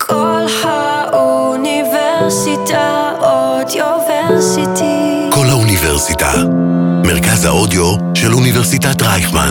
כל האוניברסיטה אודיוורסיטי. כל האוניברסיטה, מרכז האודיו של אוניברסיטת רייכמן.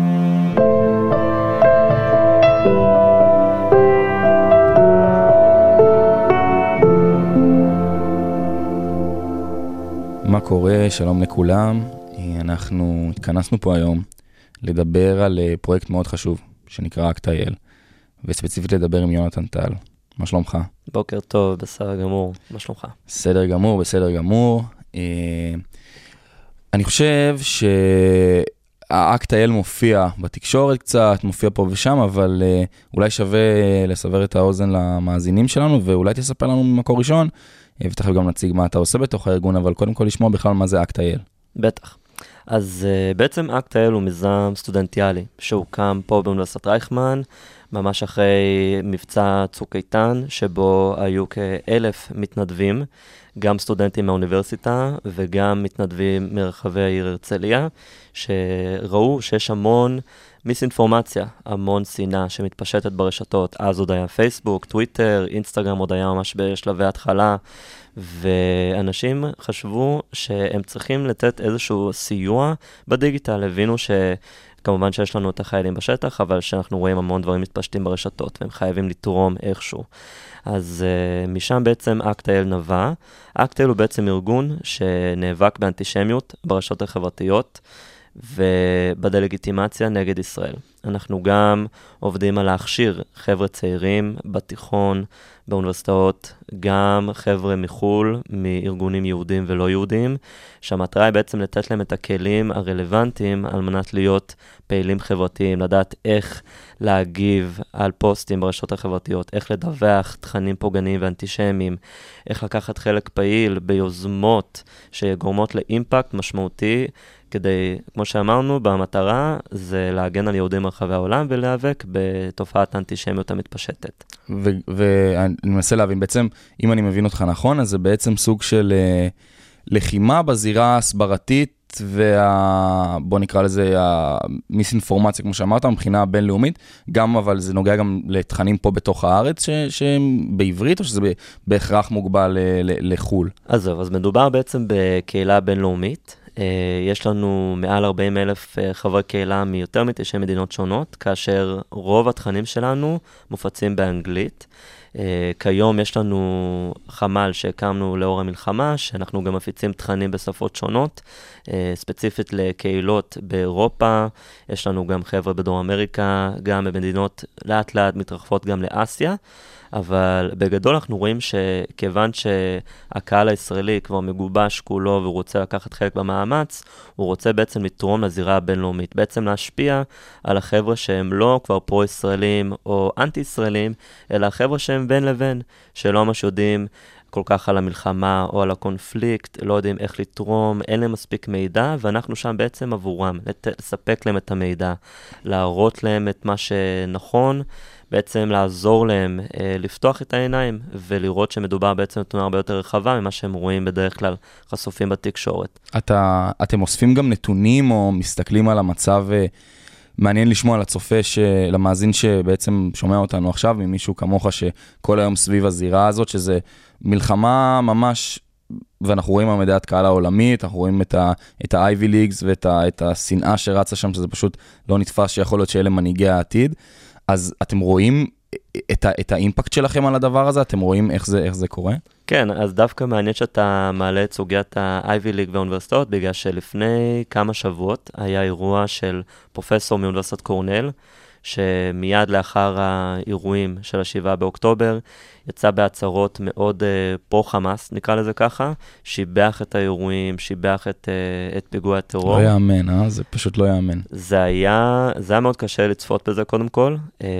מה קורה? שלום לכולם. אנחנו התכנסנו פה היום לדבר על פרויקט מאוד חשוב שנקרא אקטייל, וספציפית לדבר עם יונתן טל. מה שלומך? בוקר טוב, בסדר גמור. מה שלומך? בסדר גמור, בסדר גמור. אני חושב שהאקטייל מופיע בתקשורת קצת, מופיע פה ושם, אבל אולי שווה לסבר את האוזן למאזינים שלנו, ואולי תספר לנו ממקור ראשון, ותכף גם נציג מה אתה עושה בתוך הארגון, אבל קודם כל לשמוע בכלל מה זה אקטייל. בטח. אז בעצם אקטייל הוא מיזם סטודנטיאלי, שהוקם פה באוניברסיטת רייכמן, ממש אחרי מבצע צוק איתן, שבו היו כ1,000 מתנדבים, גם סטודנטים מהאוניברסיטה וגם מתנדבים מרחבי העיר הרצליה, שראו שיש המון מיסאינפורמציה, המון שנאה שמתפשטת ברשתות. אז עוד היה פייסבוק, טוויטר, אינסטגרם עוד היה ממש בשלבי התחלה, ואנשים חשבו שהם צריכים לתת איזשהו סיוע בדיגיטל. הבינו כמובן שיש לנו את החיילים בשטח, אבל שאנחנו רואים המון דברים מתפשטים ברשתות, והם חייבים לתרום איכשהו. אז משם בעצם אקטייל נבע. אקטייל הוא בעצם ארגון שנאבק באנטישמיות ברשתות החברתיות, ובדה-לגיטימציה נגד ישראל. אנחנו גם עובדים על להכשיר חבר'ה צעירים בתיכון, באוניברסיטאות, גם חבר'ה מחול, מארגונים יהודים ולא יהודים, שהמטרה היא בעצם לתת להם את הכלים הרלוונטיים על מנת להיות פעילים חברתיים, לדעת איך להגיב על פוסטים ברשתות החברתיות, איך לדווח תכנים פוגעניים ואנטישמיים, איך לקחת חלק פעיל ביוזמות שגורמות לאימפקט משמעותי, כדי, כמו שאמרנו, במטרה זה להגן על יהודים מרחבי העולם ולהיאבק בתופעת האנטישמיות המתפשטת. ואני מנסה להבין, בעצם, אם אני מבין אותך נכון, אז זה בעצם סוג של לחימה בזירה הסברתית, בוא נקרא לזה המיסאינפורמציה, כמו שאמרת, מבחינה בינלאומית, גם, אבל זה נוגע גם לתכנים פה בתוך הארץ, שהם בעברית, או שזה בהכרח מוגבל לחול? אז מדובר בעצם בקהילה בינלאומית, יש לנו מעל 40,000 חברי קהילה מיותר מ90 מדינות שונות, כאשר רוב התכנים שלנו מופצים באנגלית. כיום יש לנו חמ"ל שהקמנו לאור המלחמה, שאנחנו גם מפיצים תכנים בשפות שונות, ספציפית לקהילות באירופה, יש לנו גם חבר'ה בדרום אמריקה, גם במדינות לאט לאט מתרחבות גם לאסיה, אבל בגדול אנחנו רואים שכיוון שהקהל הישראלי כבר מגובש כולו והוא רוצה לקחת חלק במאמץ, הוא רוצה בעצם לתרום לזירה הבינלאומית, בעצם להשפיע על החבר'ה שהם לא כבר פרו-ישראלים או אנטי-ישראלים, אלא החבר'ה שהם בין לבין, שלא ממש יודעים כל כך על המלחמה או על הקונפליקט, לא יודעים איך לתרום, אין להם מספיק מידע, ואנחנו שם בעצם עבורם, לספק להם את המידע, להראות להם את מה שנכון, בעצם לעזור להם לפתוח את העיניים, ולראות שמדובר בעצם בתמונה הרבה יותר רחבה, ממה שהם רואים בדרך כלל חשופים בתקשורת. אתם אוספים גם נתונים, או מסתכלים על המצב, מעניין לשמוע על הצופה, למאזין שבעצם שומע אותנו עכשיו, ממישהו כמוך שכל היום סביב הזירה הזאת, שזה מלחמה ממש, ואנחנו רואים המדעת קהל העולמית, אנחנו רואים את ה-Ivy Leagues ואת השנאה שרצה שם, שזה פשוט לא נתפס שיכול להיות שאלה מנהיגי העתיד. אז אתם רואים את האימפקט שלכם על הדבר הזה? אתם רואים איך זה קורה? כן, אז דווקא מעניין שאתה מעלה את סוגיית ה-Ivy League והאוניברסיטאות, בגלל שלפני כמה שבועות היה אירוע של פרופסור מאוניברסיטת קורנל, שמיד לאחר האירועים של 7 באוקטובר, יצא בהצהרות מאוד פרו-חמאס, נקרא לזה ככה, שיבח את האירועים, שיבח את פיגוע הטרור. לא יאמן, זה פשוט לא יאמן. זה היה מאוד קשה לצפות בזה קודם כל,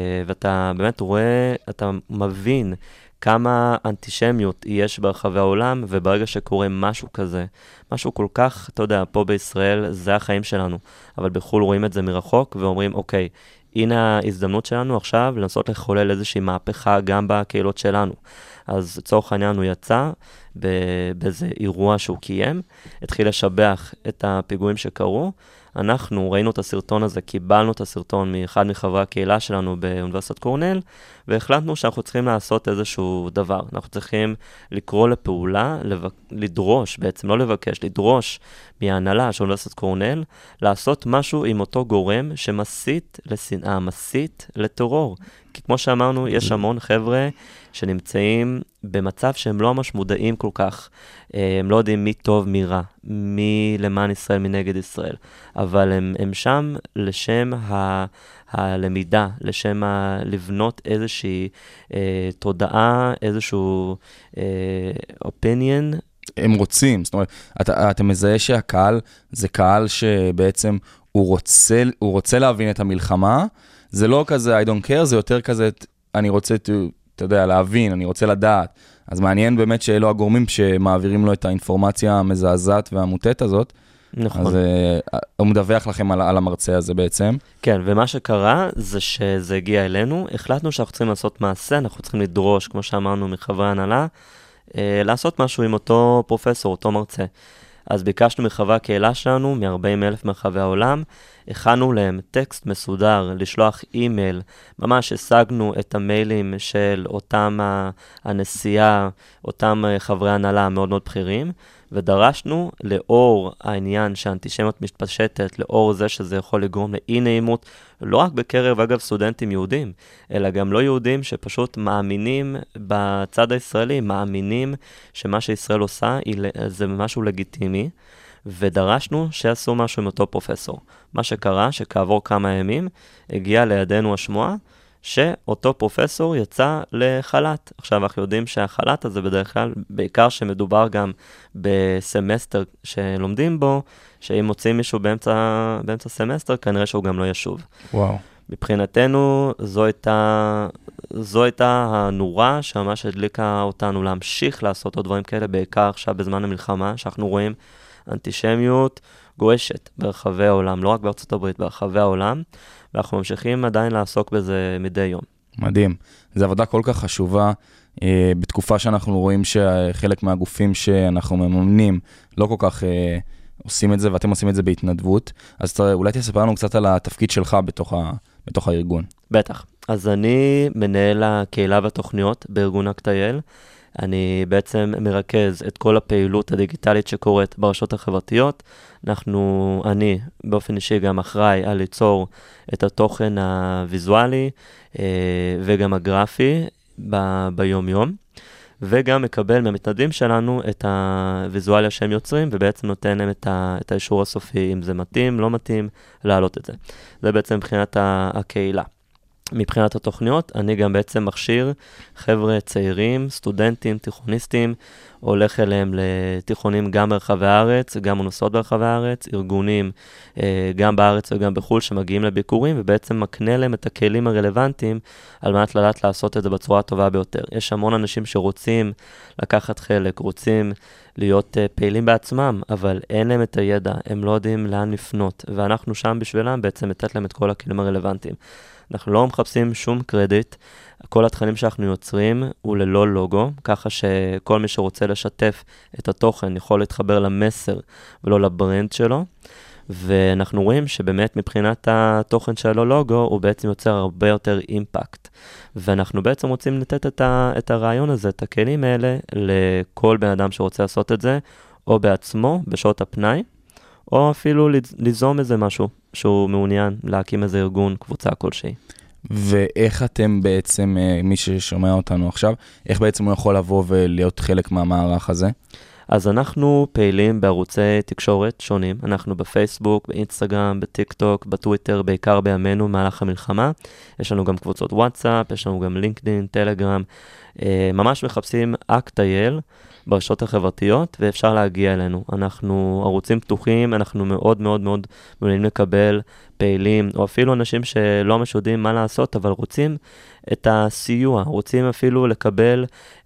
ואתה באמת רואה, אתה מבין כמה אנטישמיות יש ברחבי העולם, וברגע שקורה משהו כזה, משהו כל כך, אתה יודע, פה בישראל, זה החיים שלנו, אבל בחול רואים את זה מרחוק, ואומרים, אוקיי, הנה ההזדמנות שלנו עכשיו לנסות לחולל איזושהי מהפכה גם בקהילות שלנו. אז לצורך העניין הוא יצא, באיזה אירוע שהוא קיים, התחיל לשבח את הפיגועים שקרו, אנחנו ראינו את הסרטון הזה, קיבלנו את הסרטון מאחד מחברי הקהילה שלנו באוניברסיטת קורנל, והחלטנו שאנחנו צריכים לעשות איזשהו דבר. אנחנו צריכים לקרוא לפעולה, לדרוש, בעצם לא לבקש, לדרוש מההנהלה של אוניברסיטת קורנל, לעשות משהו עם אותו גורם שמסית לשנאה, מסית לטרור. כי כמו שאמרנו, יש המון חבר'ה שנמצאים במצב שהם לא ממש מודעים כל כך. הם לא יודעים מי טוב, מי רע, מי למען ישראל, מי נגד ישראל. אבל הם שם לשם הלמידה, לשם לבנות איזושהי תודעה, איזשהו opinion. הם רוצים, זאת אומרת, אתה מזהה שהקהל זה קהל שבעצם הוא רוצה להבין את המלחמה, זה לא כזה I don't care, זה יותר כזה, אני רוצה, אתה יודע, להבין, אני רוצה לדעת. אז מעניין באמת שאלו הגורמים שמעבירים לו את האינפורמציה המזעזעת והמוטט הזאת. נכון. אז הוא מדווח לכם על המרצה הזה בעצם. כן, ומה שקרה זה שזה הגיע אלינו, החלטנו שאנחנו צריכים לעשות מעשה, אנחנו צריכים לדרוש, כמו שאמרנו מחברי הנהלה, לעשות משהו עם אותו פרופסור, אותו מרצה. אז ביקשנו מחברי הקהילה שלנו, מ-40,000 מרחבי העולם, הכנו להם טקסט מסודר, לשלוח אימייל, ממש השגנו את המיילים של אותם הנשיאה, אותם חברי הנהלה מאוד מאוד בכירים, ודרשנו לאור העניין שהאנטישמיות מתפשטת, לאור זה שזה יכול לגרום לאי נעימות, לא רק בקרב אגב סטודנטים יהודים, אלא גם לא יהודים שפשוט מאמינים בצד הישראלי, מאמינים שמה שישראל עושה זה משהו לגיטימי, ודרשנו שיעשו משהו עם אותו פרופסור. מה שקרה, שכעבור כמה ימים, הגיע לידינו השמועה, שאותו פרופסור יצא לחל"ת. עכשיו אנחנו יודעים שהחל"ת הזה בדרך כלל, בעיקר שמדובר גם בסמסטר שלומדים בו, שאם מוצאים מישהו באמצע סמסטר, כנראה שהוא גם לא ישוב. וואו. מבחינתנו, זו הייתה הנורה שממש הדליקה אותנו להמשיך לעשות עוד דברים כאלה, בעיקר עכשיו בזמן המלחמה, שאנחנו רואים אנטישמיות גועשת ברחבי העולם, לא רק בארצות הברית, ברחבי העולם, ואנחנו ממשיכים עדיין לעסוק בזה מדי יום. מדהים. זו עבודה כל כך חשובה, בתקופה שאנחנו רואים שחלק מהגופים שאנחנו מממנים לא כל כך עושים את זה, ואתם עושים את זה בהתנדבות. אז אולי תספר לנו קצת על התפקיד שלך בתוך הארגון. בטח. אז אני מנהל הקהילה והתוכניות בארגון אקטייל. אני מרכז את כל הפעילות הדיגיטלית שקורית ברשתות החברתיות. אני באופן אישי גם אחראי על ליצור את התוכן הוויזואלי וגם הגרפי ביום יום, וגם מקבל מהמתנדבים שלנו את הוויזואליה שהם יוצרים, ובעצם נותן להם את האישור הסופי, אם זה מתאים, לא מתאים, להעלות את זה. זה בעצם מבחינת הקהילה. מבחינת התוכניות, אני גם בעצם מכשיר חבר'ה צעירים, סטודנטים, תיכוניסטים, הולך אליהם לתיכונים גם ברחבי הארץ, גם אוניברסיטאות ברחבי הארץ, ארגונים גם בארץ וגם בחו"ל שמגיעים לביקורים, ובעצם מקנה להם את הכלים הרלוונטיים על מנת לדעת לעשות את זה בצורה הטובה ביותר. יש המון אנשים שרוצים לקחת חלק, רוצים להיות פעילים בעצמם, אבל אין להם את הידע, הם לא יודעים לאן לפנות, ואנחנו שם בשבילם בעצם לתת להם את כל הכלים הרלוונטיים. אנחנו לא מחפשים שום קרדיט, כל התכנים שאנחנו יוצרים הוא ללא לוגו, ככה שכל מי שרוצה לשתף את התוכן יכול להתחבר למסר ולא לברנד שלו, ואנחנו רואים שבאמת מבחינת התוכן שלו לוגו הוא בעצם יוצר הרבה יותר אימפקט, ואנחנו בעצם רוצים לתת את הרעיון הזה, את הכלים האלה, לכל בן אדם שרוצה לעשות את זה, או בעצמו בשעות הפנאי, או אפילו ליזום איזה משהו שהוא מעוניין להקים איזה ארגון, קבוצה כלשהי. ואיך אתם בעצם, מי ששומע אותנו עכשיו, איך בעצם הוא יכול לבוא ולהיות חלק מהמערך הזה? אז אנחנו פעילים בערוצי תקשורת שונים, אנחנו בפייסבוק, באינסטגרם, בטיק טוק, בטוויטר, בעיקר בימינו מהלך המלחמה. יש לנו גם קבוצות וואטסאפ, יש לנו גם לינקדין, טלגרם, ממש מחפשים אקטייל ברשתות החברתיות, ואפשר להגיע אלינו. אנחנו ערוצים פתוחים, אנחנו מאוד מאוד מאוד מעוניינים לקבל פעילים, או אפילו אנשים שלא ממש יודעים מה לעשות, אבל רוצים את הסיוע, רוצים אפילו לקבל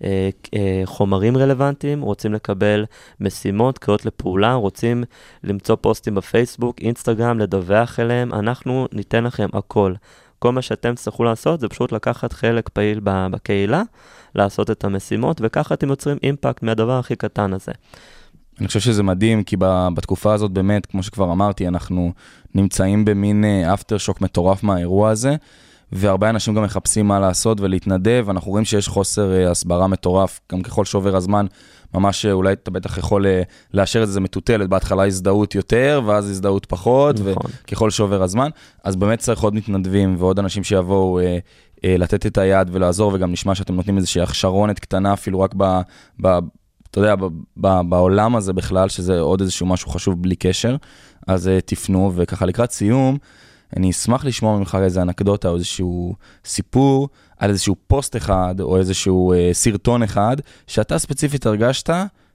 חומרים רלוונטיים, רוצים לקבל משימות, קריאות לפעולה, רוצים למצוא פוסטים בפייסבוק, אינסטגרם, לדווח אליהם, אנחנו ניתן לכם הכל. כל מה שאתם צריכו לעשות זה פשוט לקחת חלק פעיל בקהילה, לעשות את המשימות, וככה אתם יוצרים אימפקט מהדבר הכי קטן הזה. אני חושב שזה מדהים, כי בתקופה הזאת באמת, כמו שכבר אמרתי, אנחנו נמצאים במין אפטרשוק מטורף מהאירוע הזה, והרבה אנשים גם מחפשים מה לעשות ולהתנדב, אנחנו רואים שיש חוסר הסברה מטורף, גם ככל שעובר הזמן, ממש אולי אתה בטח יכול לאשר את זה מטוטלת, בהתחלה הזדהות יותר, ואז הזדהות פחות, נכון. וככל שעובר הזמן, אז באמת צריך עוד מתנדבים, ועוד אנשים שיבואו לתת את היד ולעזור, וגם נשמע שאתם נותנים איזושהי הכשרונת קטנה, אפילו רק אתה יודע, בעולם הזה בכלל, שזה עוד איזשהו משהו חשוב בלי קשר, אז תפנו, וככה לקראת סיום, אני אשמח לשמוע ממך איזה אנקדוטה, או איזשהו סיפור, על איזשהו פוסט אחד, או איזשהו סרטון אחד, שאתה ספציפית הרגשת,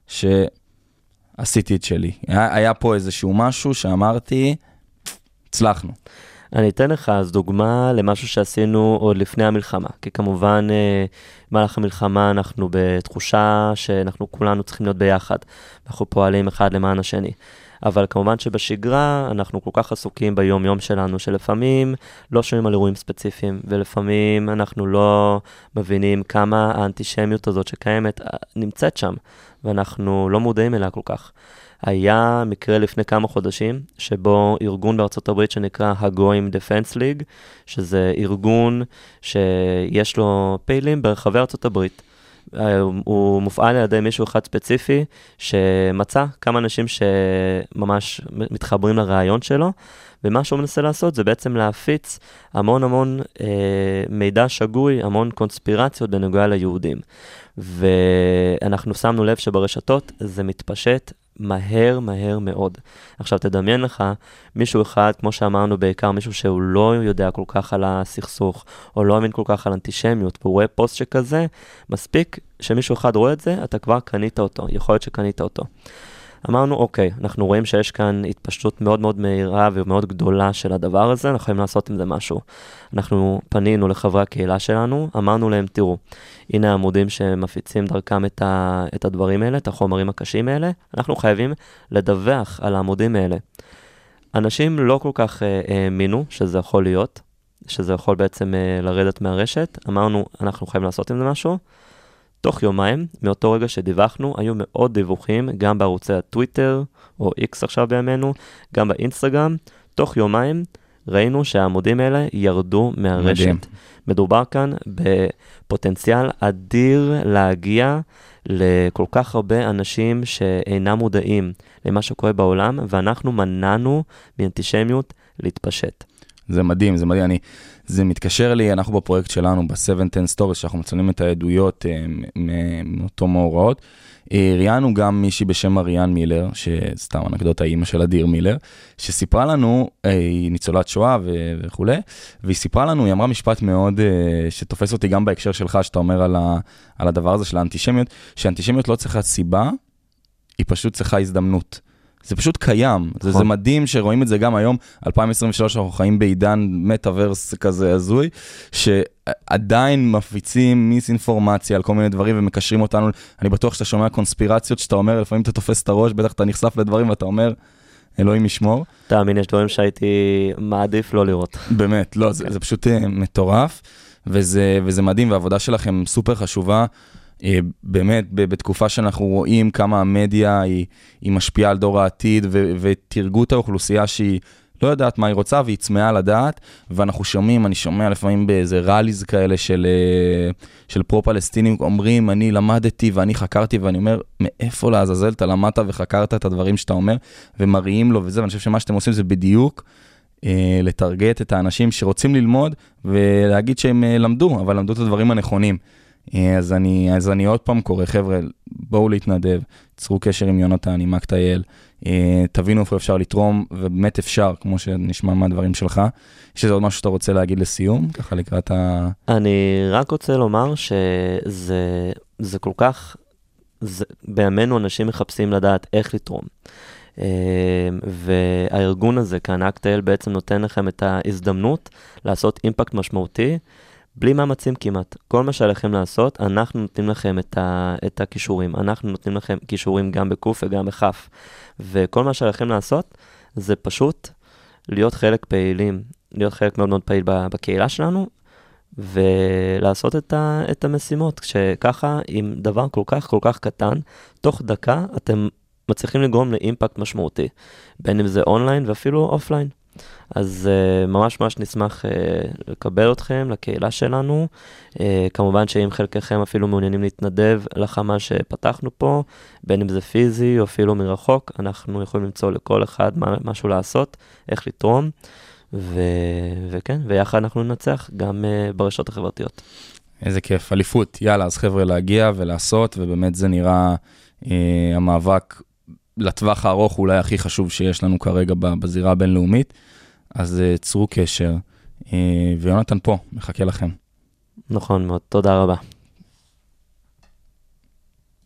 שעשיתי את שלי. היה פה איזשהו משהו שאמרתי, הצלחנו. אני אתן לך אז דוגמה למשהו שעשינו עוד לפני המלחמה, כי כמובן במהלך המלחמה אנחנו בתחושה שאנחנו כולנו צריכים להיות ביחד, אנחנו פועלים אחד למען השני. אבל כמובן שבשגרה אנחנו כל כך עסוקים ביום יום שלנו, שלפעמים לא שומעים על אירועים ספציפיים, ולפעמים אנחנו לא מבינים כמה האנטישמיות הזאת שקיימת נמצאת שם, ואנחנו לא מודעים אליה כל כך. היה מקרה לפני כמה חודשים, שבו ארגון בארצות הברית שנקרא הגויים Defense League, שזה ארגון שיש לו פעילים ברחבי ארצות הברית. הוא מופעל על ידי מישהו אחד ספציפי, שמצא כמה אנשים שממש מתחברים לרעיון שלו, ומה שהוא מנסה לעשות זה בעצם להפיץ המון מידע שגוי, המון קונספירציות בנוגע ליהודים. ואנחנו שמנו לב שברשתות זה מתפשט מהר מאוד. עכשיו תדמיין לך מישהו אחד, כמו שאמרנו בעיקר, מישהו שהוא לא יודע כל כך על הסכסוך, או לא אמין כל כך על אנטישמיות, והוא רואה פוסט שכזה, מספיק שמישהו אחד רואה את זה, אתה כבר קנית אותו, יכול להיות שקנית אותו. אמרנו, אוקיי, אנחנו רואים שיש כאן התפשטות מאוד מהירה ומאוד גדולה של הדבר הזה, אנחנו יכולים לעשות עם זה משהו. אנחנו פנינו לחברי הקהילה שלנו, אמרנו להם, תראו, הנה העמודים שמפיצים דרכם את הדברים האלה, את החומרים הקשים האלה, אנחנו חייבים לדווח על העמודים האלה. אנשים לא כל כך האמינו שזה יכול להיות, שזה יכול בעצם לרדת מהרשת, אמרנו, אנחנו חייבים לעשות עם זה משהו, תוך יומיים, מאותו רגע שדיווחנו, היו מאוד דיווחים, גם בערוצי הטוויטר, או איקס עכשיו בימינו, גם באינסטגרם. תוך יומיים ראינו שהעמודים האלה ירדו מהרשת. מדהים. מדובר כאן בפוטנציאל אדיר להגיע לכל כך הרבה אנשים שאינם מודעים למה שקורה בעולם, ואנחנו מנענו מאנטישמיות להתפשט. זה מדהים, זה מדהים. זה מתקשר לי, אנחנו בפרויקט שלנו, ב-710 Stories, שאנחנו מצלמים את העדויות מאותו מאורעות. ראיינו גם מישהי בשם אריאן מילר, שסתם אנקדוטה, האמא של אדיר מילר, שסיפרה לנו, היא ניצולת שואה וכו', והיא סיפרה לנו, היא אמרה משפט מאוד, שתופס אותי גם בהקשר שלך, שאתה אומר על הדבר הזה של האנטישמיות, שהאנטישמיות לא צריכה סיבה, היא פשוט צריכה הזדמנות. זה פשוט קיים, זה מדהים שרואים את זה גם היום, 2023 אנחנו חיים בעידן מטאברס כזה הזוי, שעדיין מפיצים מיס-אינפורמציה על כל מיני דברים ומקשרים אותנו, אני בטוח שאתה שומע קונספירציות, שאתה אומר, לפעמים אתה תופס את הראש, בטח אתה נחשף לדברים ואתה אומר, אלוהים ישמור. תאמין, יש דברים שהייתי מעדיף לא לראות. באמת, לא, זה פשוט מטורף, וזה מדהים, והעבודה שלכם סופר חשובה, באמת, בתקופה שאנחנו רואים כמה המדיה היא משפיעה על דור העתיד, ותרגו את האוכלוסייה שהיא לא יודעת מה היא רוצה, והיא צמאה לדעת, ואנחנו שומעים, אני שומע לפעמים באיזה ראליז כאלה של פרו-פלסטינים, אומרים, אני למדתי ואני חקרתי, ואני אומר, מאיפה לעזאזל אתה למדת וחקרת את הדברים שאתה אומר, ומראים לו וזה, ואני חושב שמה שאתם עושים זה בדיוק, לטרגט את האנשים שרוצים ללמוד, ולהגיד שהם למדו, אבל למדו את הדברים הנכונים. אז אני עוד פעם קורא, חבר'ה, בואו להתנדב, צרו קשר עם יונתן, עם מקטייל, תבינו איפה אפשר לתרום, ובאמת אפשר, כמו שנשמע מהדברים שלך. יש איזה עוד משהו שאתה רוצה להגיד לסיום, ככה לקראת אני רק רוצה לומר שזה כל כך, בימינו אנשים מחפשים לדעת איך לתרום. והארגון הזה, כאן מקטייל, בעצם נותן לכם את ההזדמנות לעשות אימפקט משמעותי, בלי מאמצים כמעט. כל מה שעליכם לעשות, אנחנו נותנים לכם את הכישורים. אנחנו נותנים לכם כישורים גם בקוף וגם בחף. וכל מה שעליכם לעשות, זה פשוט להיות חלק פעילים. להיות חלק מאוד מאוד פעיל בקהילה שלנו, ולעשות את המשימות, כשככה, עם דבר כל כך קטן, תוך דקה אתם מצליחים לגרום לאימפקט משמעותי, בין אם זה אונליין ואפילו אופליין. אז ממש נשמח לקבל אתכם לקהילה שלנו. כמובן שאם חלקכם אפילו מעוניינים להתנדב לחמה שפתחנו פה, בין אם זה פיזי או אפילו מרחוק, אנחנו יכולים למצוא לכל אחד משהו לעשות, איך לתרום, וכן, ויחד אנחנו ננצח גם ברשתות החברתיות. איזה כיף, אליפות. יאללה, אז חבר'ה להגיע ולעשות, ובאמת זה נראה המאבק לטווח הארוך אולי הכי חשוב שיש לנו כרגע בזירה הבינלאומית. אז צרו קשר, ויונתן פה, מחכה לכם. נכון מאוד, תודה רבה.